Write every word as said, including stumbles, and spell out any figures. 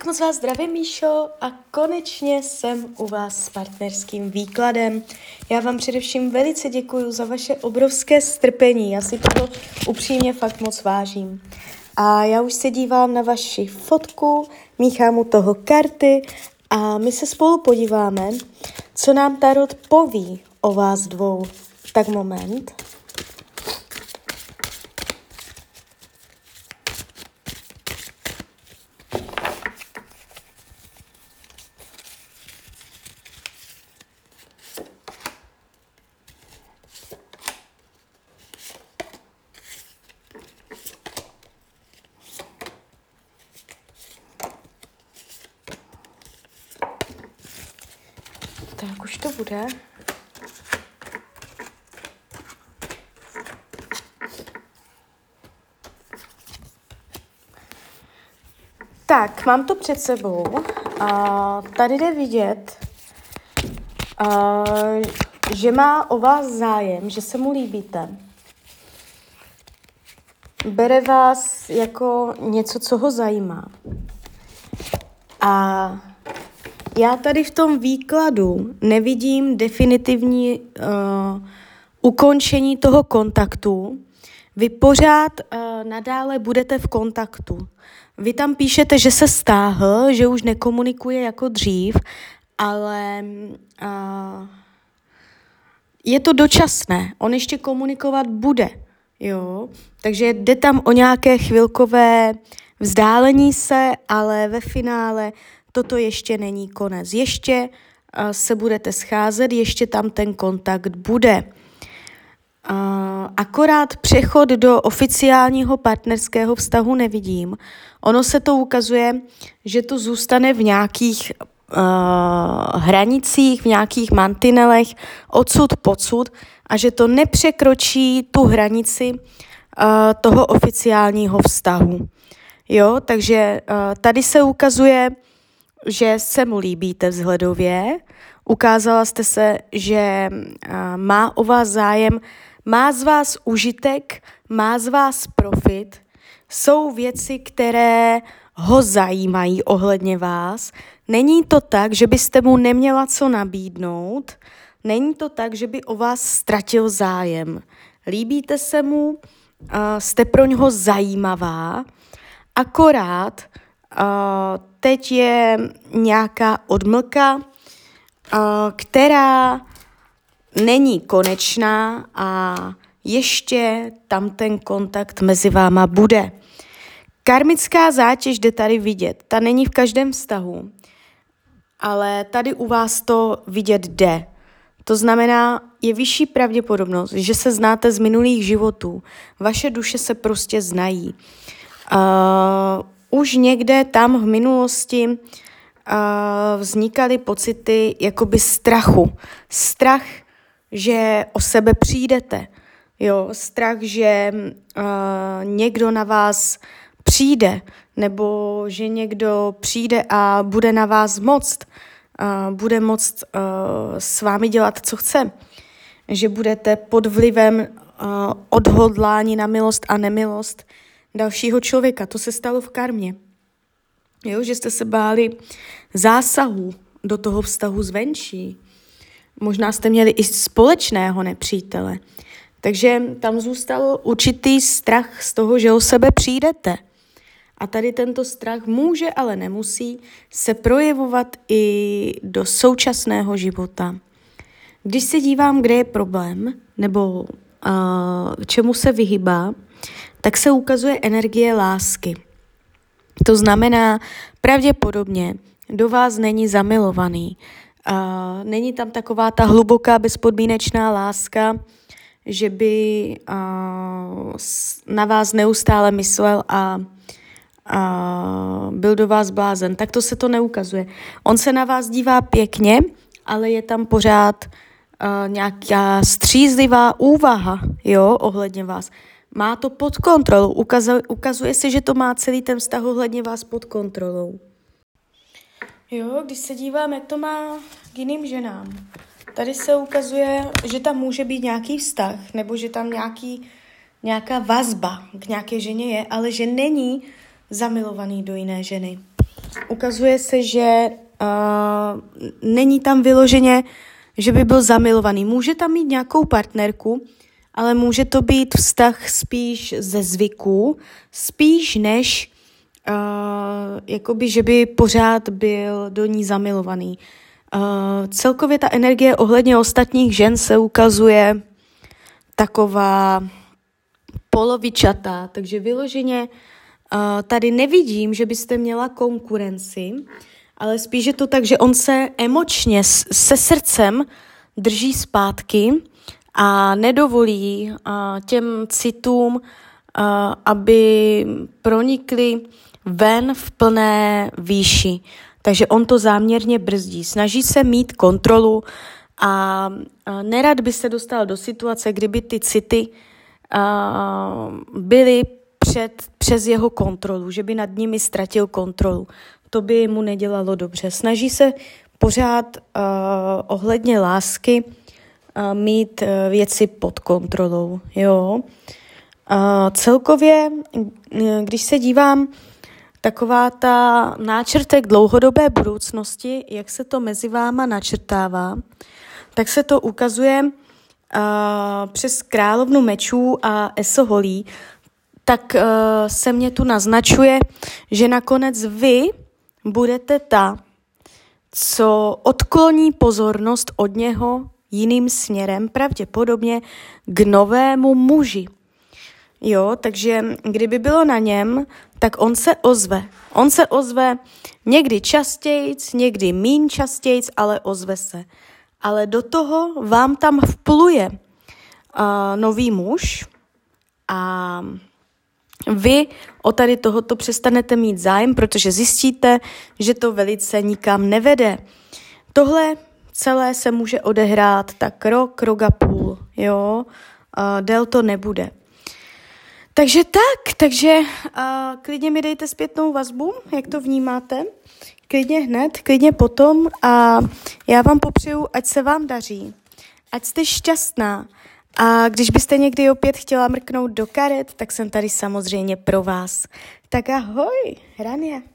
Tak moc vás zdravím, Míšo, a konečně jsem u vás s partnerským výkladem. Já vám především velice děkuju za vaše obrovské strpení, já si toho upřímně fakt moc vážím. A já už se dívám na vaši fotku, míchám u toho karty a my se spolu podíváme, co nám tarot poví o vás dvou. Tak moment. Tak už to bude. Tak, mám to před sebou. A tady jde vidět, a, že má o vás zájem, že se mu líbíte. Bere vás jako něco, co ho zajímá. A já tady v tom výkladu nevidím definitivní uh, ukončení toho kontaktu. Vy pořád uh, nadále budete v kontaktu. Vy tam píšete, že se stáhl, že už nekomunikuje jako dřív, ale uh, je to dočasné. On ještě komunikovat bude. Jo? Takže jde tam o nějaké chvilkové vzdálení se, ale ve finále toto ještě není konec. Ještě uh, se budete scházet, ještě tam ten kontakt bude. Uh, akorát přechod do oficiálního partnerského vztahu nevidím. Ono se to ukazuje, že to zůstane v nějakých uh, hranicích, v nějakých mantinelech, odsud pocud a že to nepřekročí tu hranici uh, toho oficiálního vztahu. Jo, takže uh, tady se ukazuje, že se mu líbíte vzhledově, ukázala jste se, že uh, má o vás zájem, má z vás užitek, má z vás profit, jsou věci, které ho zajímají ohledně vás. Není to tak, že byste mu neměla co nabídnout, není to tak, že by o vás ztratil zájem. Líbíte se mu, uh, jste pro něho zajímavá, akorát uh, teď je nějaká odmlka, uh, která není konečná a ještě tam ten kontakt mezi váma bude. Karmická zátěž jde tady vidět. Ta není v každém vztahu, ale tady u vás to vidět jde. To znamená, je vyšší pravděpodobnost, že se znáte z minulých životů. Vaše duše se prostě znají. Uh, už někde tam v minulosti uh, vznikaly pocity jakoby strachu. Strach, že o sebe přijdete. Jo, strach, že uh, někdo na vás přijde, nebo že někdo přijde a bude na vás moct, uh, bude moct uh, s vámi dělat, co chce. Že budete pod vlivem uh, odhodlání na milost a nemilost dalšího člověka. To se stalo v karmě. Jo, že jste se báli zásahu do toho vztahu zvenčí. Možná jste měli i společného nepřítele. Takže tam zůstal určitý strach z toho, že o sebe přijdete. A tady tento strach může, ale nemusí se projevovat i do současného života. Když se dívám, kde je problém, nebo uh, čemu se vyhýbá, tak se ukazuje energie lásky. To znamená, pravděpodobně do vás není zamilovaný. Uh, není tam taková ta hluboká bezpodmínečná láska, že by uh, na vás neustále myslel a uh, byl do vás blázen. Tak to se to neukazuje. On se na vás dívá pěkně, ale je tam pořád uh, nějaká střízlivá úvaha, jo, ohledně vás. Má to pod kontrolou. Ukazuje, ukazuje se, že to má celý ten vztah ohledně vás pod kontrolou. Jo, když se dívám, jak to má k jiným ženám. Tady se ukazuje, že tam může být nějaký vztah, nebo že tam nějaký, nějaká vazba k nějaké ženě je, ale že není zamilovaný do jiné ženy. ukazuje se, že uh, není tam vyloženě, že by byl zamilovaný. Může tam mít nějakou partnerku, ale může to být vztah spíš ze zvyků, spíš než uh, jakoby, že by pořád byl do ní zamilovaný. Uh, celkově ta energie ohledně ostatních žen se ukazuje taková polovičatá, takže vyloženě uh, tady nevidím, že byste měla konkurenci, ale spíš je to tak, že on se emočně se srdcem drží zpátky a nedovolí uh, těm citům, uh, aby pronikly ven v plné výši. Takže on to záměrně brzdí. Snaží se mít kontrolu a uh, nerad by se dostal do situace, kdyby ty city uh, byly před, přes jeho kontrolu, že by nad nimi ztratil kontrolu. To by mu nedělalo dobře. Snaží se pořád uh, ohledně lásky uh, mít uh, věci pod kontrolou. Jo? Uh, celkově, když se dívám, taková ta náčrtek dlouhodobé budoucnosti, jak se to mezi váma načrtává, tak se to ukazuje uh, přes královnu mečů a eso holí, tak uh, se mě tu naznačuje, že nakonec vy budete ta, co odkloní pozornost od něho jiným směrem, pravděpodobně k novému muži. Jo, takže kdyby bylo na něm, tak on se ozve. On se ozve někdy častějc, někdy míň častějc, ale ozve se. Ale do toho vám tam vpluje uh, nový muž a vy o tady tohoto přestanete mít zájem, protože zjistíte, že to velice nikam nevede. Tohle celé se může odehrát tak rok, rok a půl, jo, uh, dél to nebude. Takže tak, takže uh, klidně mi dejte zpětnou vazbu, jak to vnímáte, klidně hned, klidně potom a já vám popřeju, ať se vám daří, ať jste šťastná a když byste někdy opět chtěla mrknout do karet, tak jsem tady samozřejmě pro vás. Tak ahoj, Rania.